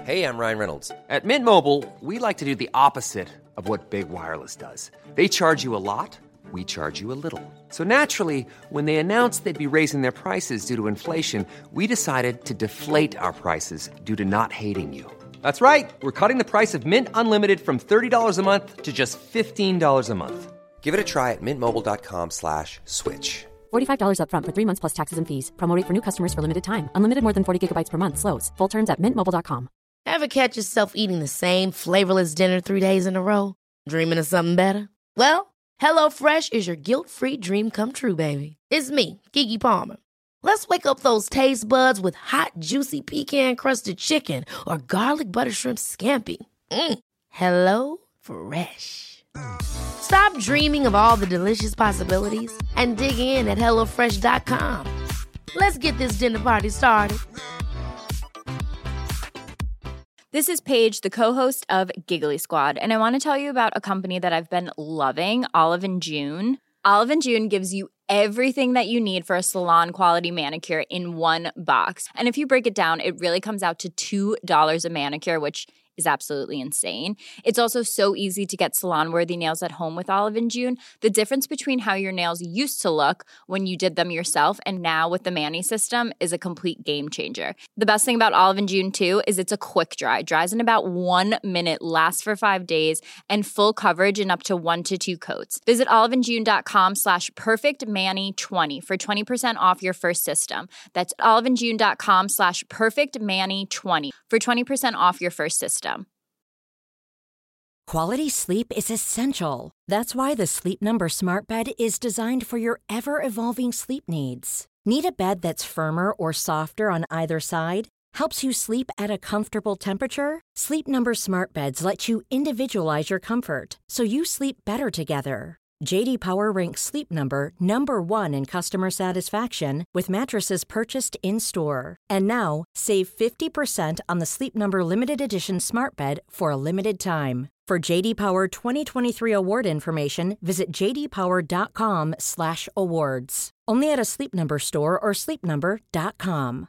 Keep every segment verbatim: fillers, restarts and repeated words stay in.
Hey, I'm Ryan Reynolds. At Mint Mobile, we like to do the opposite of what Big Wireless does. They charge you a lot, we charge you a little. So naturally, when they announced they'd be raising their prices due to inflation, we decided to deflate our prices due to not hating you. That's right. We're cutting the price of Mint Unlimited from thirty dollars a month to just fifteen dollars a month. Give it a try at mintmobile.com slash switch. forty-five dollars up front for three months plus taxes and fees. Promo rate for new customers for limited time. Unlimited more than forty gigabytes per month. Slows full terms at mint mobile dot com. Ever catch yourself eating the same flavorless dinner three days in a row? Dreaming of something better? Well, HelloFresh is your guilt-free dream come true, baby. It's me, Keke Palmer. Let's wake up those taste buds with hot, juicy pecan-crusted chicken or garlic butter shrimp scampi. Mm. Hello Fresh. Stop dreaming of all the delicious possibilities and dig in at hello fresh dot com. Let's get this dinner party started. This is Paige, the co-host of Giggly Squad, and I want to tell you about a company that I've been loving, Olive and June. Olive and June gives you everything that you need for a salon-quality manicure in one box. And if you break it down, it really comes out to two dollars a manicure, which is absolutely insane. It's also so easy to get salon-worthy nails at home with Olive and June. The difference between how your nails used to look when you did them yourself and now with the Mani system is a complete game changer. The best thing about Olive and June, too, is it's a quick dry. Dries in about one minute, lasts for five days, and full coverage in up to one to two coats. Visit oliveandjune.com slash perfectmani20 for twenty percent off your first system. That's oliveandjune.com slash perfectmani20 for twenty percent off your first system. Quality sleep is essential. That's why the Sleep Number Smart Bed is designed for your ever-evolving sleep needs. Need a bed that's firmer or softer on either side? Helps you sleep at a comfortable temperature? Sleep Number Smart Beds let you individualize your comfort, so you sleep better together. J D Power ranks Sleep Number number one in customer satisfaction with mattresses purchased in-store. And now, save fifty percent on the Sleep Number Limited Edition Smart Bed for a limited time. For J D Power twenty twenty-three award information, visit j d power dot com slash awards. Only at a Sleep Number store or sleep number dot com.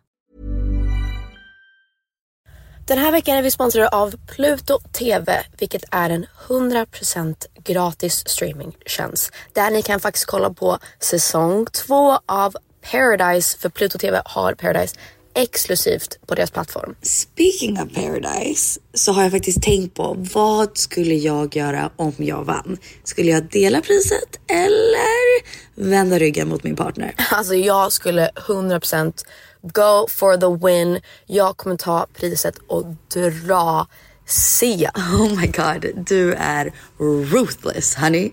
Den här veckan är vi sponsrade av Pluto T V, vilket är en hundra procent gratis streamingtjänst. Där ni kan faktiskt kolla på säsong två av Paradise, för Pluto T V har Paradise exklusivt på deras plattform. Speaking of Paradise så har jag faktiskt tänkt på vad skulle jag göra om jag vann? Skulle jag dela priset eller vända ryggen mot min partner? Alltså jag skulle hundra procent go for the win. Jag kommer ta priset och dra Sia. Oh my god, du är ruthless, honey.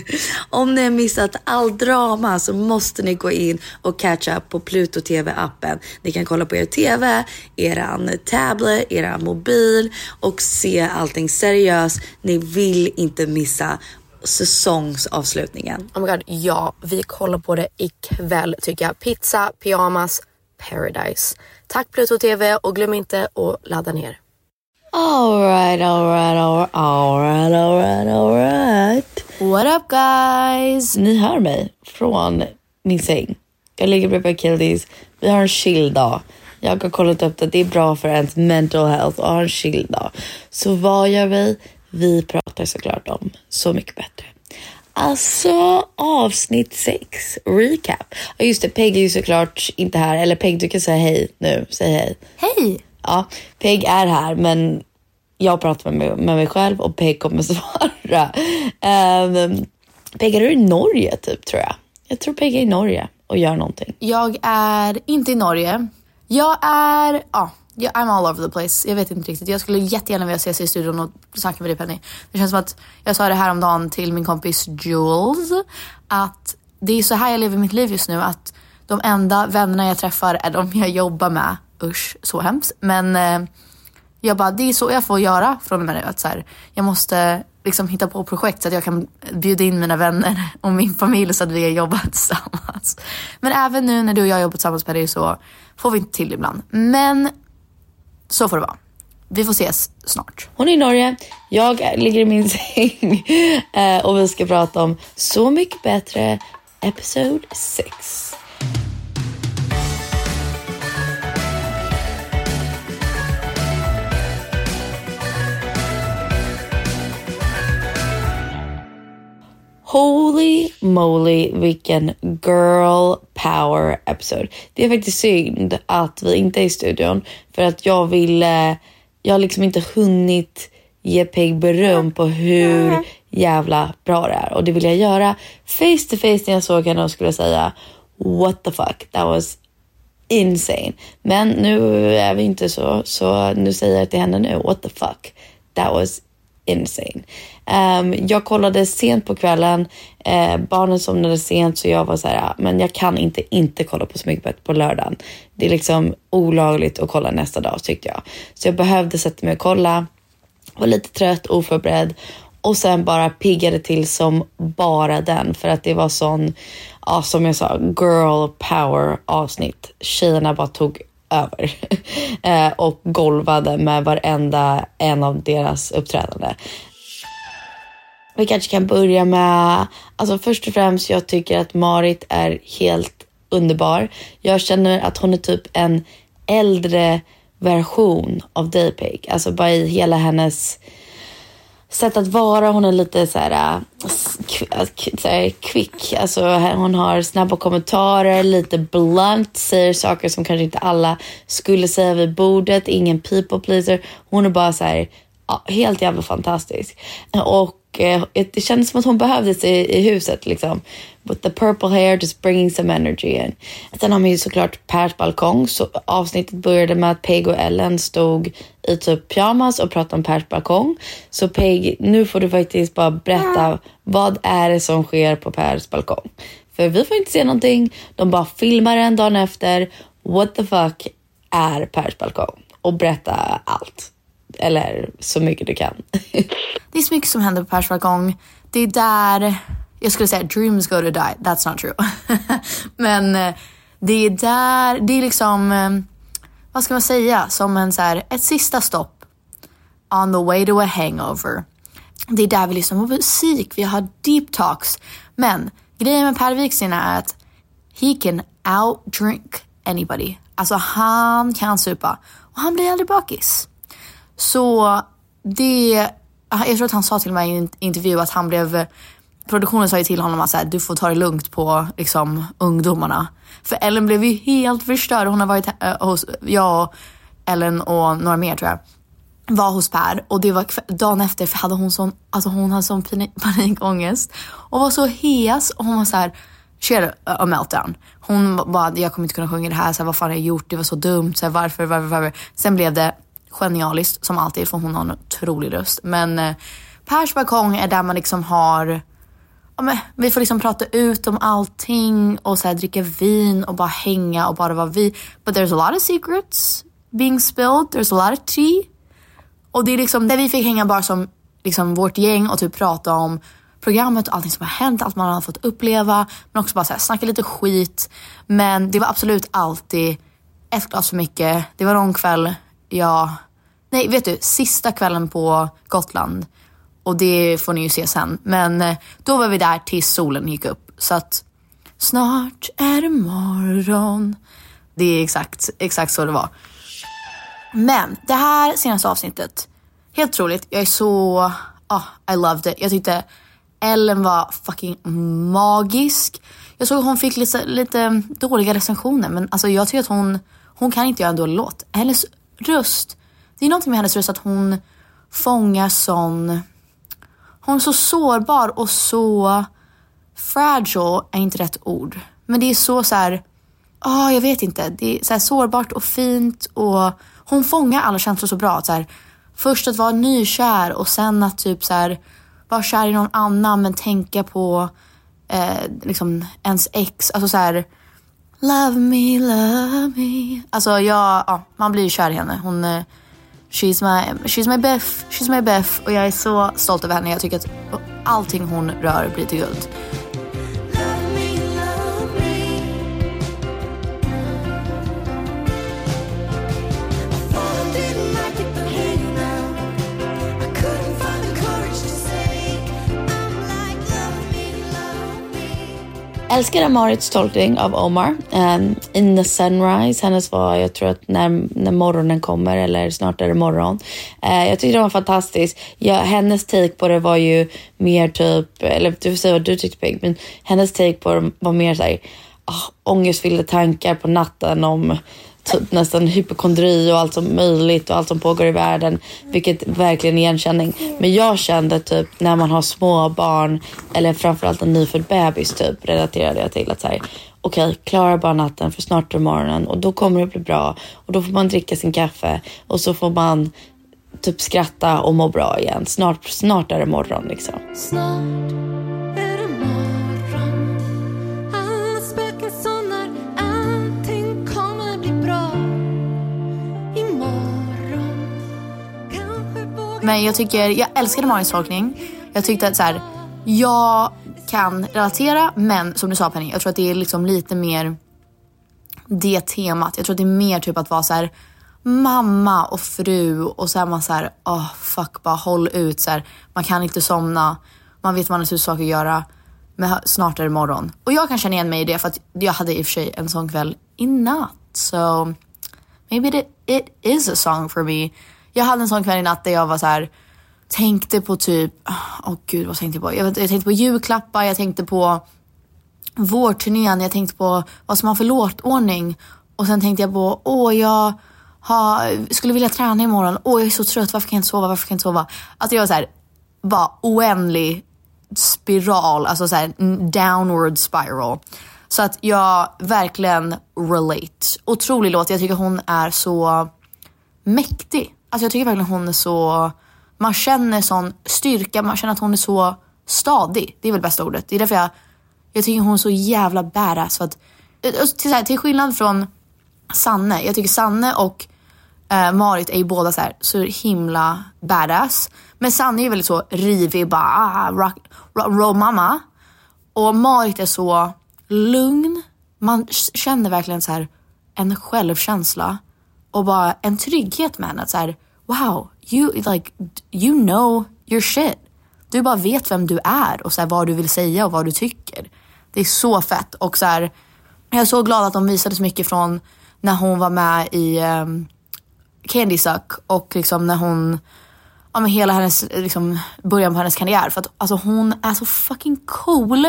Om ni har missat all drama så måste ni gå in och catch up på Pluto T V-appen. Ni kan kolla på er T V, eran tablet, eran mobil och se allting seriöst. Ni vill inte missa säsongsavslutningen. Oh my god, ja, vi kollar på det ikväll tycker jag. Pizza, pyjamas, Paradise. Tack Pluto T V och glöm inte att ladda ner. All right, all right, all right, all right, all right, all right. What up guys? Ni hör mig från min säng. Jag ligger bredvid Kildis. Vi har en chill dag. Jag har kollat upp att det är bra för ens mental health och ha en chill dag. Så vad gör vi? Vi pratar såklart om Så mycket bättre. Alltså avsnitt sex, recap. Och just det, Peg är ju såklart inte här. Eller Peg, du kan säga hej nu. Säg hej. Hej! Ja, Peg är här, men jag pratar med mig, med mig själv och Peg kommer svara. Um, Peg, är du i Norge typ, tror jag? Jag tror Peg är i Norge och gör någonting. Jag är inte i Norge. Jag är... Ja, yeah, I'm all over the place. Jag vet inte riktigt. Jag skulle jättegärna vilja ses i studion och snacka med dig, Penny. Det känns som att jag sa det här om dagen till min kompis Jules. Att det är så här jag lever mitt liv just nu. Att de enda vännerna jag träffar är de jag jobbar med. Usch, så hemskt. Men eh, jag bara, det är så jag får göra från och med nu. Att så här, jag måste liksom hitta på projekt så att jag kan bjuda in mina vänner och min familj så att vi jobbar tillsammans. Men även nu när du och jag jobbar tillsammans med dig så får vi inte till ibland. Men så får det vara. Vi får ses snart. Hon är i Norge, jag ligger i min säng eh, och vi ska prata om Så mycket bättre, episode sex. Holy moly, vilken girl power episode. Det är faktiskt synd att vi inte är i studion. För att jag ville, jag har liksom inte hunnit ge Peg beröm på hur jävla bra det är. Och det vill jag göra face to face när jag såg henne och skulle säga what the fuck, that was insane. Men nu är vi inte så, så nu säger jag till henne nu, what the fuck, that was insane. Um, jag kollade sent på kvällen, uh, barnen somnade sent, så jag var så här, men jag kan inte inte kolla på Smyggbett på lördagen. Det är liksom olagligt att kolla nästa dag, tyckte jag. Så jag behövde sätta mig och kolla, var lite trött, oförberedd, och sen bara piggade till som bara den, för att det var sån, ja, som jag sa, girl power avsnitt. Tjejerna bara tog över eh, och golvade med varenda en av deras uppträdande. Vi kanske kan börja med, alltså först och främst, jag tycker att Marit är helt underbar. Jag känner att hon är typ en äldre version av dig, Peg. Alltså bara i hela hennes sätt att vara. Hon är lite så här, så här quick. Alltså hon har snabba kommentarer, lite blunt, säger saker som kanske inte alla skulle säga vid bordet. Ingen people pleaser. Hon är bara så här, ja, helt jävla fantastisk. Och eh, det kändes som att hon behövdes i, i huset liksom. With the purple hair, just bringing some energy in. Sen har man ju såklart Pers balkong. Så avsnittet började med att Peg och Ellen stod i typ pyjamas och pratade om Pers balkong. Så Peg, nu får du faktiskt bara berätta, vad är det som sker på Pers balkong? För vi får inte se någonting. De bara filmar en dagen efter. What the fuck är Pers balkong? Och berätta allt. Eller så mycket du kan. Det är så mycket som händer på Pers balkong. Det är där, jag skulle säga dreams go to die. That's not true. Men det är där, det är liksom, vad ska man säga, som en så här, ett sista stopp on the way to a hangover. Det är där vi lyssnar på musik, vi har deep talks. Men grejen med Per Viksten är att he can outdrink anybody. Alltså han kan supa och han blir aldrig bakis. Så det, jag tror att han sa till mig i en intervju att han blev, produktionen sa ju till honom att så här, du får ta det lugnt på liksom ungdomarna. För Ellen blev ju helt förstörd. Hon har varit äh, hos, jag, Ellen och några mer tror jag, var hos Per. Och det var dagen efter, för hade hon sån, alltså hon hade sån panikångest och var så hes. Och hon var så här, share a meltdown. Hon bara, jag kommer inte kunna sjunga det här, så här, vad fan har jag gjort? Det var så dumt, så här, varför, varför, varför? Sen blev det genialiskt som alltid, för hon har en otrolig röst. Men eh, Pers balkong är där man liksom har, ja, men, vi får liksom prata ut om allting och så här, dricka vin och bara hänga och bara vara vi. But there's a lot of secrets being spilled, there's a lot of tea. Och det är liksom där vi fick hänga bara som liksom vårt gäng och typ prata om programmet och allting som har hänt, allt man har fått uppleva, men också bara så här, snacka lite skit. Men det var absolut alltid ett glas för mycket. Det var någon kväll, ja, nej vet du, sista kvällen på Gotland, och det får ni ju se sen, men då var vi där tills solen gick upp. Så att snart är det morgon. Det är exakt, exakt så det var. Men det här senaste avsnittet, helt otroligt. Jag är så, oh, I loved it. Jag tyckte Ellen var fucking magisk. Jag såg att hon fick lite, lite dåliga recensioner, men alltså jag tycker att hon, hon kan inte göra en dålig låt. Hennes röst, det är någonting med hennes röst att hon fångar sån, hon är så sårbar och så fragile är inte rätt ord, men det är så så här, ah, oh, jag vet inte, det är så här sårbart och fint, och hon fångar alla känslor så bra. Så här, först att vara nykär och sen att typ så här vara kär i någon annan men tänka på eh, liksom ens ex, alltså så här, love me, love me. Alltså jag, ja, man blir ju kär i henne. Hon, eh, she's my, she's my Beth, she's my Beth, och jag är så stolt över henne. Jag tycker att allting hon rör blir till guld. älskar Marits tolkning av Omar. Um, in the sunrise. Hennes var, jag tror att när, när morgonen kommer, eller snart är det morgon. Uh, jag tyckte det var fantastiskt. Ja, hennes take på det var ju mer typ, eller du får säga vad du tyckte, Peg, men hennes take på det var mer såhär, oh, ångestfyllda tankar på natten om typ nästan hypokondri och allt som möjligt och allt som pågår i världen, vilket verkligen är igenkänning. Men jag kände typ när man har små barn eller framförallt en nyfödd bebis typ, relaterade jag till att säga, okej, okay, klara bara natten för snart är morgonen och då kommer det bli bra och då får man dricka sin kaffe och så får man typ skratta och må bra igen. Snart, snart är det morgon liksom. Snart är det morgon. Alla spöken sonar. Allting kommer bli bra. Imorgon kanske vågar. Men jag tycker, jag älskade Marins tolkning. Jag tyckte att så här, jag kan relatera, men som du sa, Penny, jag tror att det är liksom lite mer det temat. Jag tror att det är mer typ att vara så här mamma och fru och så är man så här, oh fuck, bara håll ut så här. Man kan inte somna, man vet man har saker att göra, men snart är det morgon. Och jag kan känna igen mig i det, för att jag hade i och för sig en sån kväll i natt. So maybe it, it is a song for me. Jag hade en sån kväll i natt där jag var så här, tänkte på typ, åh oh gud, vad tänkte jag på? Jag, jag tänkte på julklappar, jag tänkte på vårturnén, jag tänkte på vad som har för låtordning. Och sen tänkte jag på, åh oh, jag har, skulle vilja träna imorgon. Åh oh, jag är så trött, varför kan jag inte sova, varför kan jag inte sova? Alltså jag var så här, bara oändlig spiral, alltså så här downward spiral. Så att jag verkligen relate. Otrolig låt, jag tycker hon är så mäktig. Alltså jag tycker verkligen hon är så, man känner sån styrka, man känner att hon är så stadig. Det är väl bästa ordet. Det är därför jag, jag tycker hon är så jävla badass. För att, till, här, till skillnad från Sanne, jag tycker Sanne och eh, Marit är ju båda så här, så himla badass. Men Sanne är ju väldigt så rivig, bara ah, rock, rock, roll mamma. Och Marit är så lugn. Man känner verkligen så här en självkänsla och bara en trygghet med henne. Att så här, wow, you, like, you know your shit. Du bara vet vem du är och så här, vad du vill säga och vad du tycker. Det är så fett. Och så här, jag är så glad att de visade så mycket från när hon var med i um, Candy Suck. Och liksom när hon, ja men hela hennes, liksom början på hennes karriär. För att alltså hon är så fucking cool.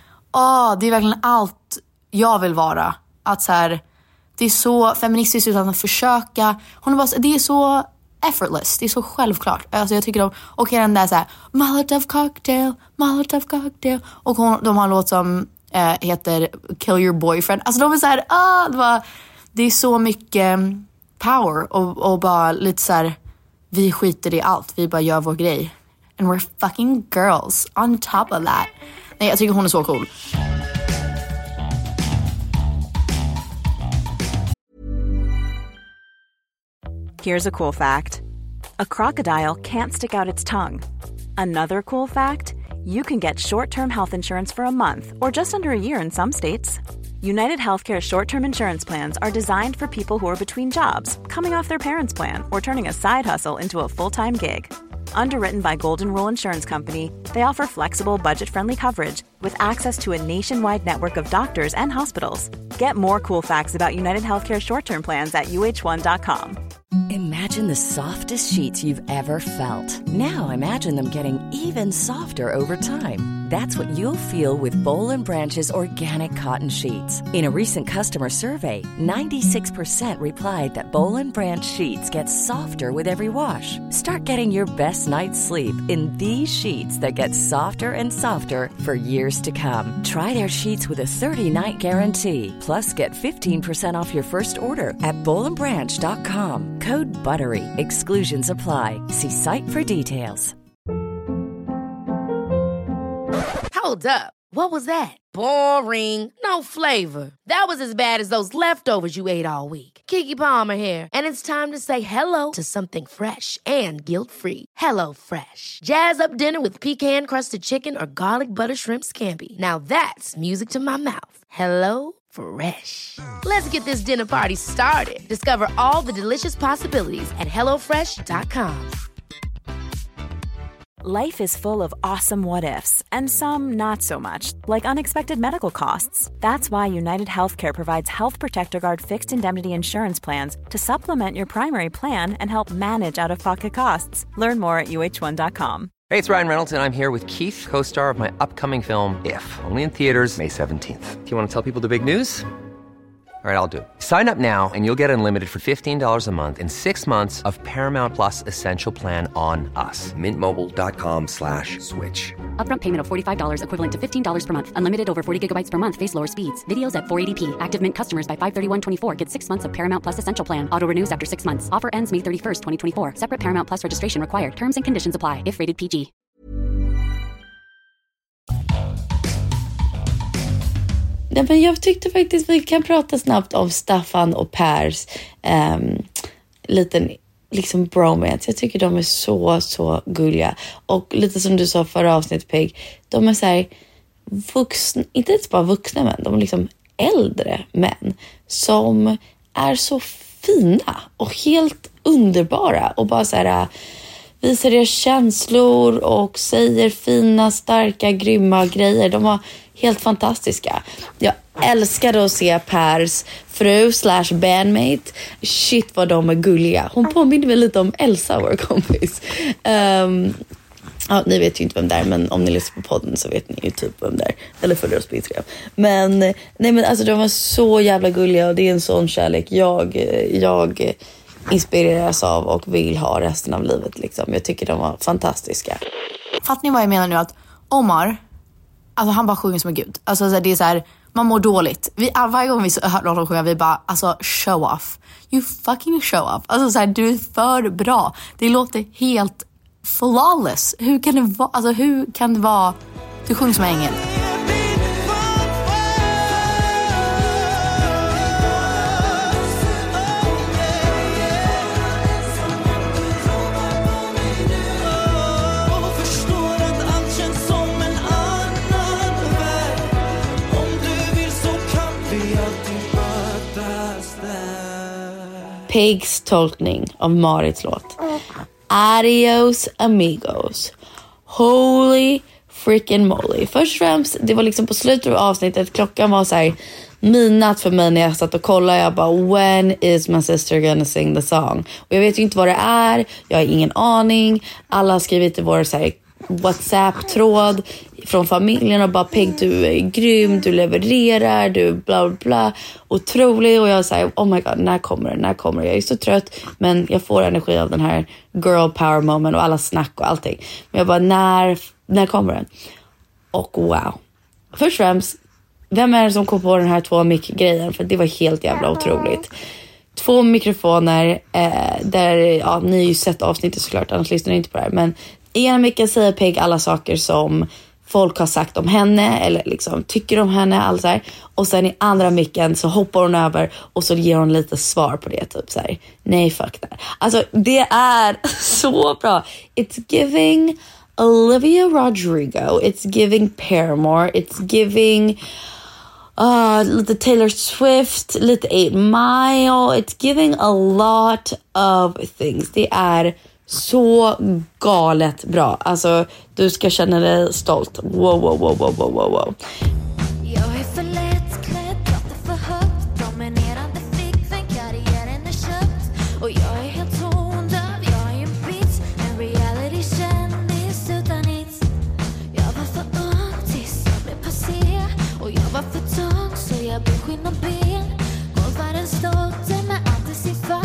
Åh, det är verkligen allt jag vill vara. Att så här, det är så feministiskt utan att försöka. Hon är bara, det är så effortless, det är så självklart. Alltså jag tycker om, och den där så här, Molotov cocktail, Molotov cocktail. Och hon, de har en låt som äh, heter Kill Your Boyfriend. Alltså de är så här, ah, det, var, det är så mycket power och, och bara lite så här, vi skiter i allt, vi bara gör vår grej. And we're fucking girls on top of that. Nej, jag tycker hon är så cool. Here's a cool fact. A crocodile can't stick out its tongue. Another cool fact, you can get short-term health insurance for a month or just under a year in some states. United Healthcare short-term insurance plans are designed for people who are between jobs, coming off their parents' plan, or turning a side hustle into a full-time gig. Underwritten by Golden Rule Insurance Company, they offer flexible, budget-friendly coverage with access to a nationwide network of doctors and hospitals. Get more cool facts about United Healthcare short-term plans at U H one dot com. Imagine the softest sheets you've ever felt. Now imagine them getting even softer over time. That's what you'll feel with Boll and Branch's organic cotton sheets. In a recent customer survey, ninety-six percent replied that Boll and Branch sheets get softer with every wash. Start getting your best night's sleep in these sheets that get softer and softer for years to come. Try their sheets with a thirty-night guarantee. Plus, get fifteen percent off your first order at boll and branch dot com. Code BUTTERY. Exclusions apply. See site for details. Hold up. What was that? Boring. No flavor. That was as bad as those leftovers you ate all week. Keke Palmer here. And it's time to say hello to something fresh and guilt-free. Hello Fresh. Jazz up dinner with pecan-crusted chicken or garlic butter shrimp scampi. Now that's music to my mouth. Hello Fresh. Let's get this dinner party started. Discover all the delicious possibilities at hello fresh dot com. Life is full of awesome what-ifs, and some not so much, like unexpected medical costs. That's why United Healthcare provides Health Protector Guard fixed indemnity insurance plans to supplement your primary plan and help manage out-of-pocket costs. Learn more at U H one dot com. Hey, it's Ryan Reynolds, and I'm here with Keith, co-star of my upcoming film, If, only in theaters May seventeenth. Do you want to tell people the big news? All right, I'll do it. Sign up now and you'll get unlimited for fifteen dollars a month and six months of Paramount Plus Essential Plan on us. Mint Mobile dot com slash switch. Upfront payment of forty-five dollars equivalent to fifteen dollars per month. Unlimited over forty gigabytes per month. Face lower speeds. Videos at four eighty p. Active Mint customers by five thirty-one twenty-four get six months of Paramount Plus Essential Plan. Auto renews after six months. Offer ends May thirty-first, twenty twenty-four. Separate Paramount Plus registration required. Terms and conditions apply if rated P G. Nej, men jag tyckte faktiskt vi kan prata snabbt om Staffan och Pers um, liten liksom bromance. Jag tycker de är så, så gulliga. Och lite som du sa förra avsnittet, Peg, de är så här vuxna, inte ens bara vuxna män, de är liksom äldre män som är så fina och helt underbara och bara så här visar deras känslor och säger fina, starka, grymma grejer. De var helt fantastiska. Jag älskade att se Pers fru slash bandmate. Shit vad de är gulliga. Hon påminner mig lite om Elsa, vår kompis. Um, ja, ni vet ju inte vem det är, men om ni lyssnar på podden så vet ni ju typ vem det är. Eller följer oss på Instagram. Men, nej, men alltså de var så jävla gulliga och det är en sån kärlek jag, jag inspireras av och vill ha resten av livet. Liksom. Jag tycker de var fantastiska. Fattar ni vad jag menar nu? Att Omar, alltså han bara sjunger som en gud. Alltså det är så här, man mår dåligt. Vi, varje gång vi hör någon sjunga, vi bara, alltså show off. You fucking show off. Alltså så här, du är för bra. Det låter helt flawless. Hur kan det vara, alltså hur kan det vara, du sjunger som en ängel. Pegs tolkning av Marits låt. Adios amigos. Holy freaking moly. Först och främst, det var liksom på slutet av avsnittet. Klockan var så här midnatt för mig när jag satt och kollade. Jag bara, when is my sister gonna sing the song? Och jag vet ju inte vad det är. Jag har ingen aning. Alla har skrivit i vår så här WhatsApp-tråd från familjen och bara, Peg, du är grym, du levererar, du bla bla bla, otrolig. Och jag säger, oh my god, när kommer det, när kommer det? Jag är så trött, men jag får energi av den här girl power moment och alla snack och allting. Men jag bara, när, när kommer den? Och wow. Först och främst, vem är det som kom på den här två mic-grejen? För det var helt jävla otroligt. Två mikrofoner, eh, där, ja, ni har ju sett avsnittet såklart, annars lyssnar ni inte på det här. Men i ena micken säger Peg alla saker som folk har sagt om henne eller liksom tycker om henne, allt så här. Och sen i andra micken så hoppar hon över och så ger hon lite svar på det, typ så här, nej fuck that. Alltså det är så bra. It's giving Olivia Rodrigo, it's giving Paramore, it's giving uh, lite Taylor Swift, lite eight mile, it's giving a lot of things. Det är så galet bra. Alltså, du ska känna dig stolt. Wow, wow, wow, wow, wow, wow. Jag är för lättklädd, pratar för högt, dominerande flickvän, karriären är köpt. Och jag är helt tondöv, jag är en bitch, en reality-kändis utan hits. Jag var för ung tills jag blev passé, och jag var för tung så jag blev skinn och ben. Golfarens dotter med allt i sin famn.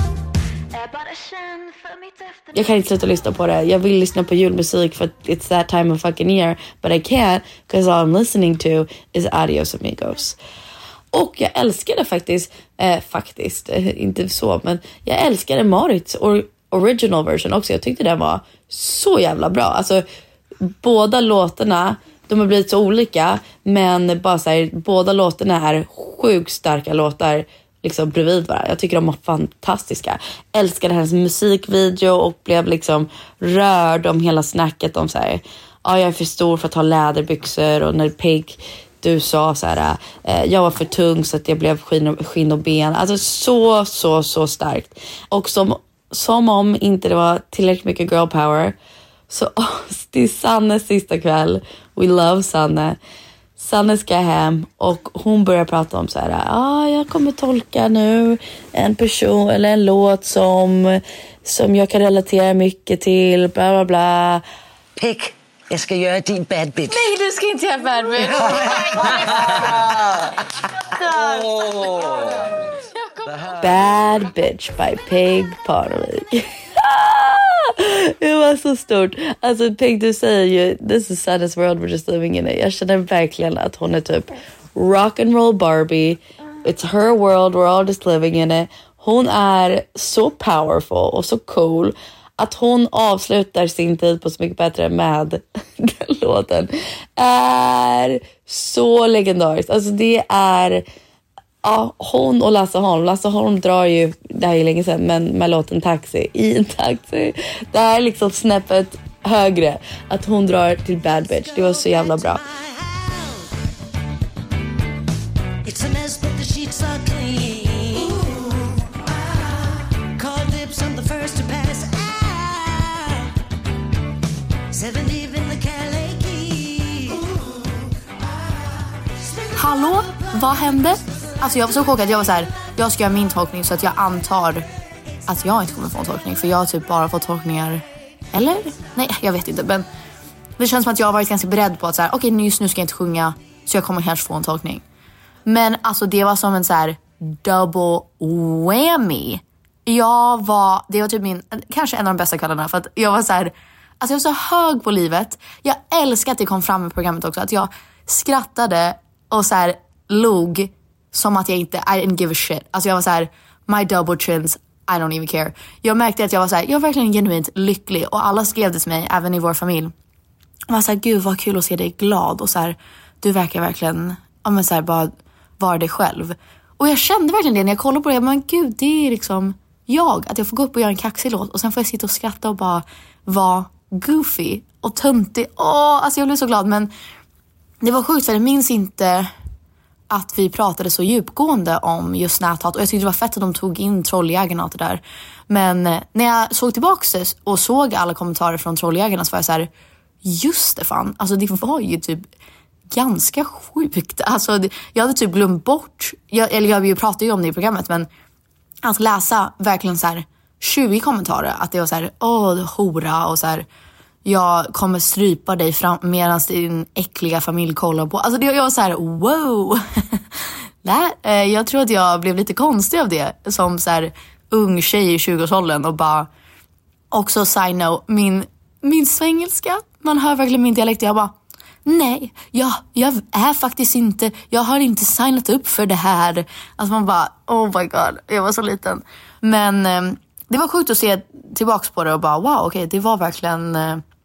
Jag kan inte sluta lyssna på det. Jag vill lyssna på julmusik för it's that time of fucking year, but I can't because all I'm listening to is Adios Amigos. Och jag älskade faktiskt eh, faktiskt, eh, inte så, men jag älskade Marits or- original version också. Jag tyckte den var så jävla bra. Alltså båda låtarna, de har blivit så olika, men bara så här, båda låtarna är sjukt starka låtar liksom bredvid varandra. Jag tycker de var fantastiska. Älskade hennes musikvideo och blev liksom rörd om hela snacket om så här, ja, jag är för stor för att ha läderbyxor, och när Peg, du sa så här, eh, jag var för tung så att jag blev skinn och, skinn och ben. Alltså så, så, så starkt. Och som, som om inte det var tillräckligt mycket girl power, Så oh, det är Sannes sista kväll. We love Sanne. Sanne ska hem och hon börjar prata om så här, ja, ah, jag kommer tolka nu en person eller en låt som som jag kan relatera mycket till, bla bla bla. Peg, jag ska göra din bad bitch. Nej, du ska inte göra bad bitch. Bad bitch by Peg Parnevik. Det var så stort. Alltså Peg, du säger ju this is saddest world we're just living in it. Jag känner verkligen att hon är typ rock and roll Barbie. It's her world, we're all just living in it. Hon är så powerful och så cool att hon avslutar sin tid på Så mycket bättre med den låten. Är så legendariskt. Alltså det är ja, hon och Lasse Holm. Lasse Holm drar ju, det här är länge sedan, men med låten Taxi, i en taxi. Det här är liksom snäppet högre. Att hon drar till Bad Bitch. Det var så jävla bra. It's a mess but the sheets are clean. Called lips on the first to pass out. Seven deep in the Calais Key. Hallå, vad hände? Alltså jag var så chockad, jag var så här, jag ska göra min tolkning så att jag antar att jag inte kommer få en tolkning. För jag har typ bara fått tolkningar. Eller? Nej, jag vet inte. Men det känns som att jag har varit ganska beredd på att så här, okej, okay, just nu ska jag inte sjunga, så jag kommer kanske få en tolkning. Men alltså det var som en så här double whammy. Jag var, det var typ min, kanske en av de bästa kvällarna. För att jag var så här, alltså jag var så hög på livet. Jag älskar att det kom fram i programmet också. Att jag skrattade och så här log som att jag inte, I didn't give a shit. Alltså jag var så här, my double chins, I don't even care. Jag märkte att jag var så här, jag var verkligen genuint lycklig. Och alla skrev det till mig, även i vår familj. Jag var så här, gud vad kul att se dig glad. Och så här, du verkar verkligen, ja men så här, bara vara dig själv. Och jag kände verkligen det när jag kollade på det. Men gud, det är liksom jag. Att jag får gå upp och göra en kaxig låt. Och sen får jag sitta och skratta och bara vara goofy och töntig. Åh, alltså jag blev så glad. Men det var sjukt för jag minns inte att vi pratade så djupgående om just näthat. Och jag tyckte det var fett att de tog in Trolljägarna och det där. Men när jag såg tillbaka och såg alla kommentarer från Trolljägarna så var jag så här, just det fan. Alltså det var ju typ ganska sjukt. Alltså jag hade typ glömt bort, jag, eller jag ju pratade ju om det i programmet, men att läsa verkligen så här tjugo kommentarer att det var så här, åh hora och så här, jag kommer strypa dig fram medan din äckliga familj kollar på. Alltså det, jag var så här, wow. Nej, jag tror att jag blev lite konstig av det som så här ung tjej i tjugoårsåldern och bara också side note, min min svengelska, man hör verkligen min dialekt. Jag bara, nej, jag, jag är faktiskt inte, jag har inte signat upp för det här. Alltså man bara, oh my god, jag var så liten. Men eh, det var sjukt att se tillbaks på det och bara, wow, okej, okay, det var verkligen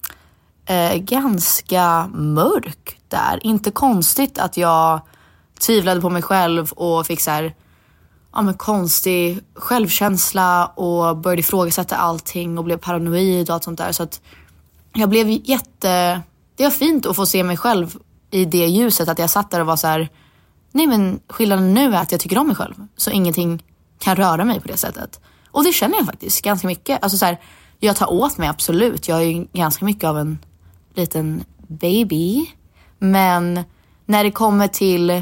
eh, ganska mörkt där. Inte konstigt att jag tvivlade på mig själv och fick så här, ja, men konstig självkänsla och började ifrågasätta allting och blev paranoid och allt sånt där. Så att jag blev jätte... Det var fint att få se mig själv i det ljuset. Att jag satt där och var så här, nej men skillnaden nu är att jag tycker om mig själv. Så ingenting kan röra mig på det sättet. Och det känner jag faktiskt ganska mycket. Alltså så här, jag tar åt mig absolut. Jag är ju ganska mycket av en liten baby. Men när det kommer till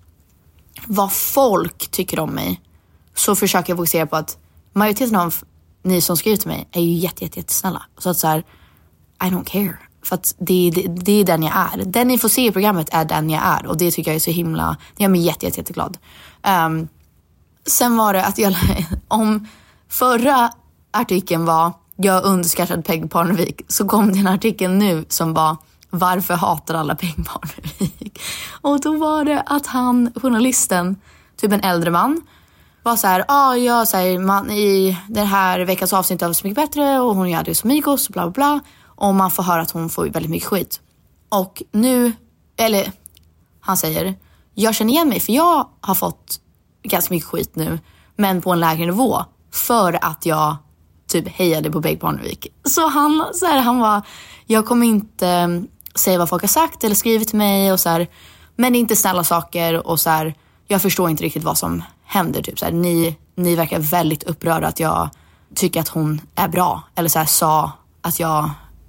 vad folk tycker om mig, så försöker jag fokusera på att majoriteten av ni som skriver till mig är ju jätte, jätte, jättesnälla. Så att så här, I don't care. För att det, det, det är den jag är. Den ni får se i programmet är den jag är. Och det tycker jag är så himla, det gör mig jätte, jätte, jätteglad. Um, sen var det att jag, om förra artikeln var jag underskattade Peg Parnevik, så kom det en artikel nu som var varför hatar alla Peg Parnevik? Och då var det att han, journalisten, typ en äldre man, var så här, ja, ah, jag säger man i den här veckans avsnitt av Så mycket bättre och hon gör det som Migos och bla bla bla. Och man får höra att hon får väldigt mycket skit. Och nu, eller han säger, jag känner igen mig för jag har fått ganska mycket skit nu, men på en lägre nivå, för att jag typ hejade på Peg Parnevik. Så han, så här, han var, jag kommer inte säga vad folk har sagt eller skrivit till mig och så här, men det är inte snälla saker och så här, jag förstår inte riktigt vad som händer typ så här, ni ni verkar väldigt upprörda att jag tycker att hon är bra eller så här, sa att jag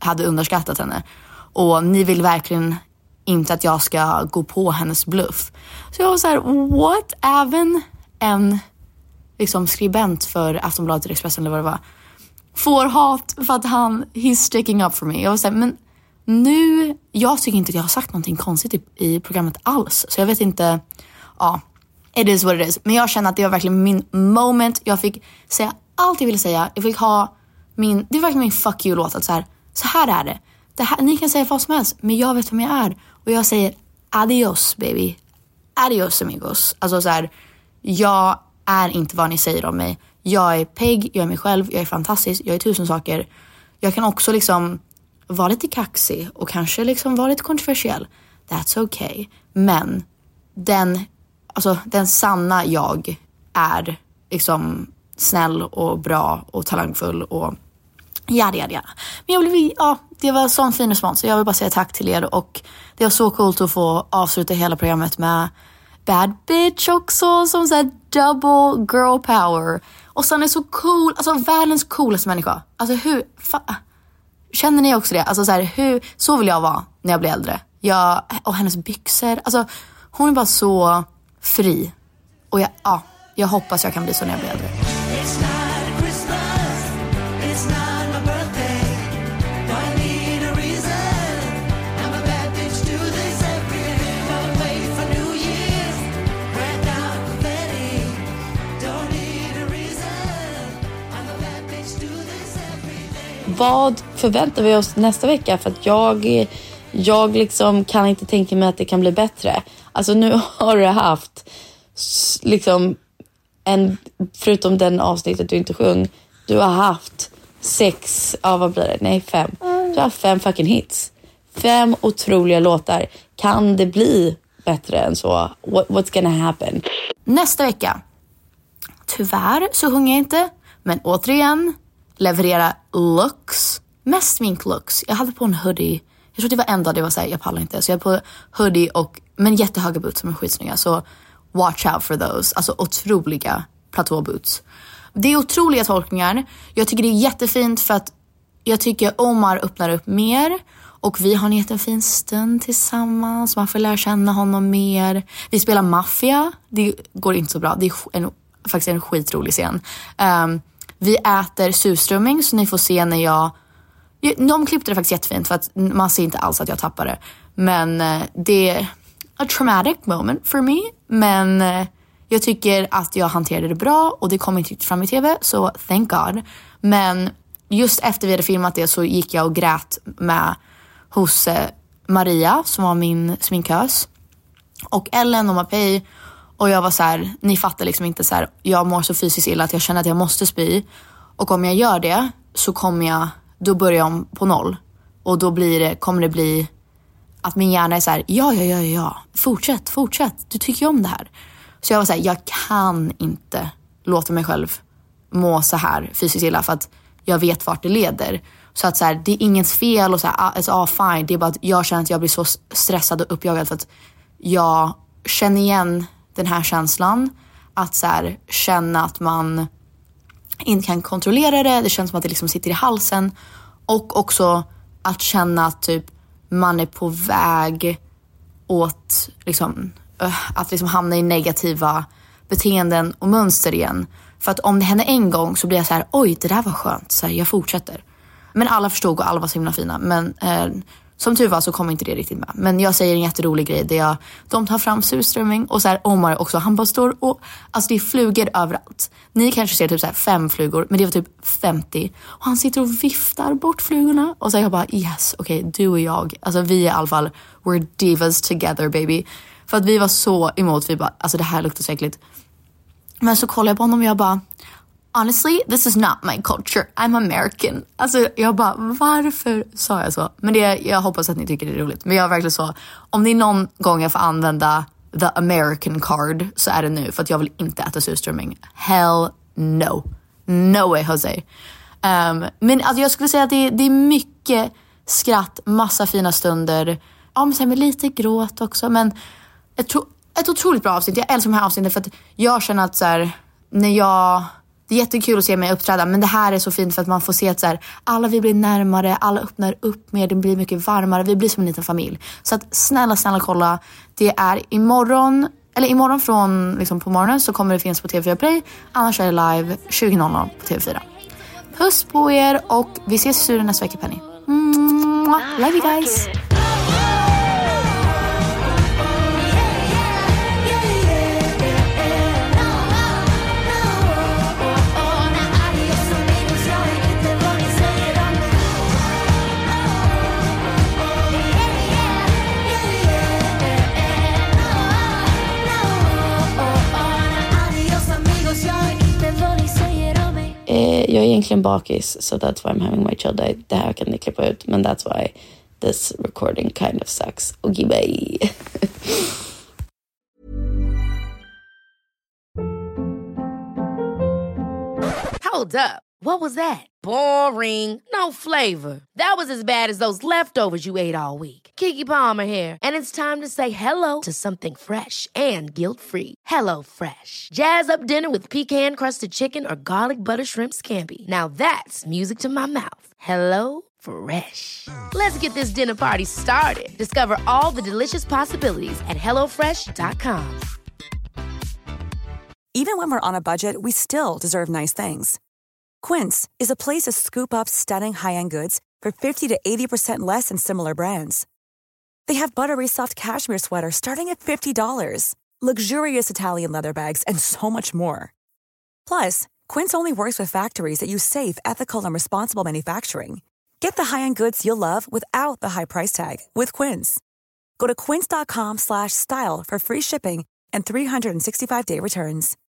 hade underskattat henne. Och ni vill verkligen inte att jag ska gå på hennes bluff. Så jag var så här, what? Även en liksom skribent för Aftonbladet, Expressen eller vad det var, får hat för att han, he's sticking up for me. Jag var så här, men nu, jag tycker inte att jag har sagt någonting konstigt i, i programmet alls. Så jag vet inte, ja, it is what it is. Men jag känner att det var verkligen min moment. Jag fick säga allt jag ville säga. Jag fick ha min, det var verkligen min fuck you-låt. Att så här, så här är det. det här, ni kan säga vad som helst, men jag vet vem jag är. Och jag säger adios baby. Adios amigos. Alltså så här, jag är inte vad ni säger om mig. Jag är pegg, jag är mig själv, jag är fantastisk, jag är tusen saker. Jag kan också liksom vara lite kaxig och kanske liksom vara lite kontroversiell. That's okay. Men den, alltså den sanna jag är liksom snäll och bra och talangfull och ja, ja, ja. Men jag vill, ja, det var sån fin respons. Så jag vill bara säga tack till er. Och det var så coolt att få avsluta hela programmet med Bad Bitch också, som såhär double girl power. Och sen är så cool, alltså världens coolaste människa. Alltså hur, fa- känner ni också det? Alltså så här, hur, så vill jag vara när jag blir äldre. Jag, och hennes byxor, alltså hon är bara så fri. Och jag, ja, jag hoppas jag kan bli så när jag blir äldre. Vad förväntar vi oss nästa vecka? För att jag, jag liksom kan inte tänka mig att det kan bli bättre. Alltså nu har du haft liksom en, förutom den avsnittet du inte sjöng, du har haft sex, ja vad blir det? Nej, fem. Du har haft fem fucking hits. Fem otroliga låtar. Kan det bli bättre än så? What, what's gonna happen? Nästa vecka, tyvärr så sjunger jag inte, men återigen leverera looks, mest smink-looks. Jag hade på en hoodie. Jag tror det var en dag det var så här, jag pallar inte. Så jag hade på hoodie och, men jättehöga boots som är skitsnygga. Så watch out for those. Alltså otroliga platåboots. Det är otroliga tolkningar. Jag tycker det är jättefint för att jag tycker Omar öppnar upp mer. Och vi har en jättefin stund tillsammans. Man får lära känna honom mer. Vi spelar maffia. Det går inte så bra. Det är en, faktiskt en skitrolig scen. Um, Vi äter surströmming, så ni får se när jag... De klippte det faktiskt jättefint för att man ser inte alls att jag tappar det. Men det är a traumatic moment for me. Men jag tycker att jag hanterade det bra och det kom inte riktigt fram i tv, så thank God. Men just efter vi hade filmat det så gick jag och grät med hos Maria som var min sminkös. Och Ellen och Mapei. Och jag var så här, ni fattar liksom inte så här, jag mår så fysiskt illa att jag känner att jag måste spy. Och om jag gör det så kommer jag, då börjar jag om på noll. Och då blir det, kommer det bli att min hjärna är så här, ja, ja, ja, ja, fortsätt, fortsätt, du tycker ju om det här. Så jag var så här, jag kan inte låta mig själv må så här fysiskt illa för att jag vet vart det leder. Så att så här, det är ingens fel och så här, alltså, ah, fine, det är bara att jag känner att jag blir så stressad och uppjagad för att jag känner igen den här känslan att så här, känna att man inte kan kontrollera det. Det känns som att det liksom sitter i halsen. Och också att känna att typ man är på väg åt liksom, att liksom hamna i negativa beteenden och mönster igen. För att om det händer en gång så blir jag så här, oj, det där var skönt. Så här, jag fortsätter. Men alla förstod och alla var så himla fina. Men eh, som tur var så kom inte det riktigt med. Men jag säger en jätterolig grej där jag, de tar fram surströmming och så här Omar också, han bara står och, alltså det är flugor överallt. Ni kanske ser typ så här fem flugor, men det var typ femtio. Och han sitter och viftar bort flugorna. Och så jag bara, yes, okej, okay, du och jag. Alltså vi är i alla fall, we're divas together baby. För att vi var så emot, vi bara, alltså det här luktar så äckligt. Men så kollar jag på honom och jag bara, honestly, this is not my culture. I'm American. Alltså jag bara, varför sa jag så? Men det, jag hoppas att ni tycker det är roligt. Men jag är verkligen så, om det är någon gång jag får använda the American card så är det nu. För att jag vill inte äta surströmming. Hell no. No way, Jose. Um, men alltså, jag skulle säga att det, det är mycket skratt, massa fina stunder. Ja, men sen med lite gråt också. Men ett, ett otroligt bra avsnitt. Jag älskar de här avsnitten för att jag känner att så här, när jag Det är jättekul att se mig uppträda, men det här är så fint för att man får se att så här, alla vi blir närmare, alla öppnar upp mer, det blir mycket varmare, vi blir som en liten familj. Så att snälla, snälla kolla. Det är imorgon, eller imorgon från liksom på morgonen så kommer det finnas på T V fyra Play. Annars är det live tjugo noll noll på T V fyra. Puss på er och vi ses i studion nästa vecka, Penny. Mm, love you guys. Jag är egentligen bakis, so that's why I'm having my chill day. Det här kan ni klippa ut, men that's why this recording kind of sucks. Okay, bye. Hold up. What was that? Boring. No flavor. That was as bad as those leftovers you ate all week. Keke Palmer here, and it's time to say hello to something fresh and guilt-free. Hello Fresh. Jazz up dinner with pecan-crusted chicken or garlic butter shrimp scampi. Now that's music to my mouth. Hello Fresh. Let's get this dinner party started. Discover all the delicious possibilities at hello fresh dot com. Even when we're on a budget, we still deserve nice things. Quince is a place to scoop up stunning high-end goods for fifty to eighty percent less than similar brands. They have buttery soft cashmere sweaters starting at fifty dollars, luxurious Italian leather bags, and so much more. Plus, Quince only works with factories that use safe, ethical, and responsible manufacturing. Get the high-end goods you'll love without the high price tag with Quince. Go to quince dot com slash style for free shipping and three hundred sixty-five day returns.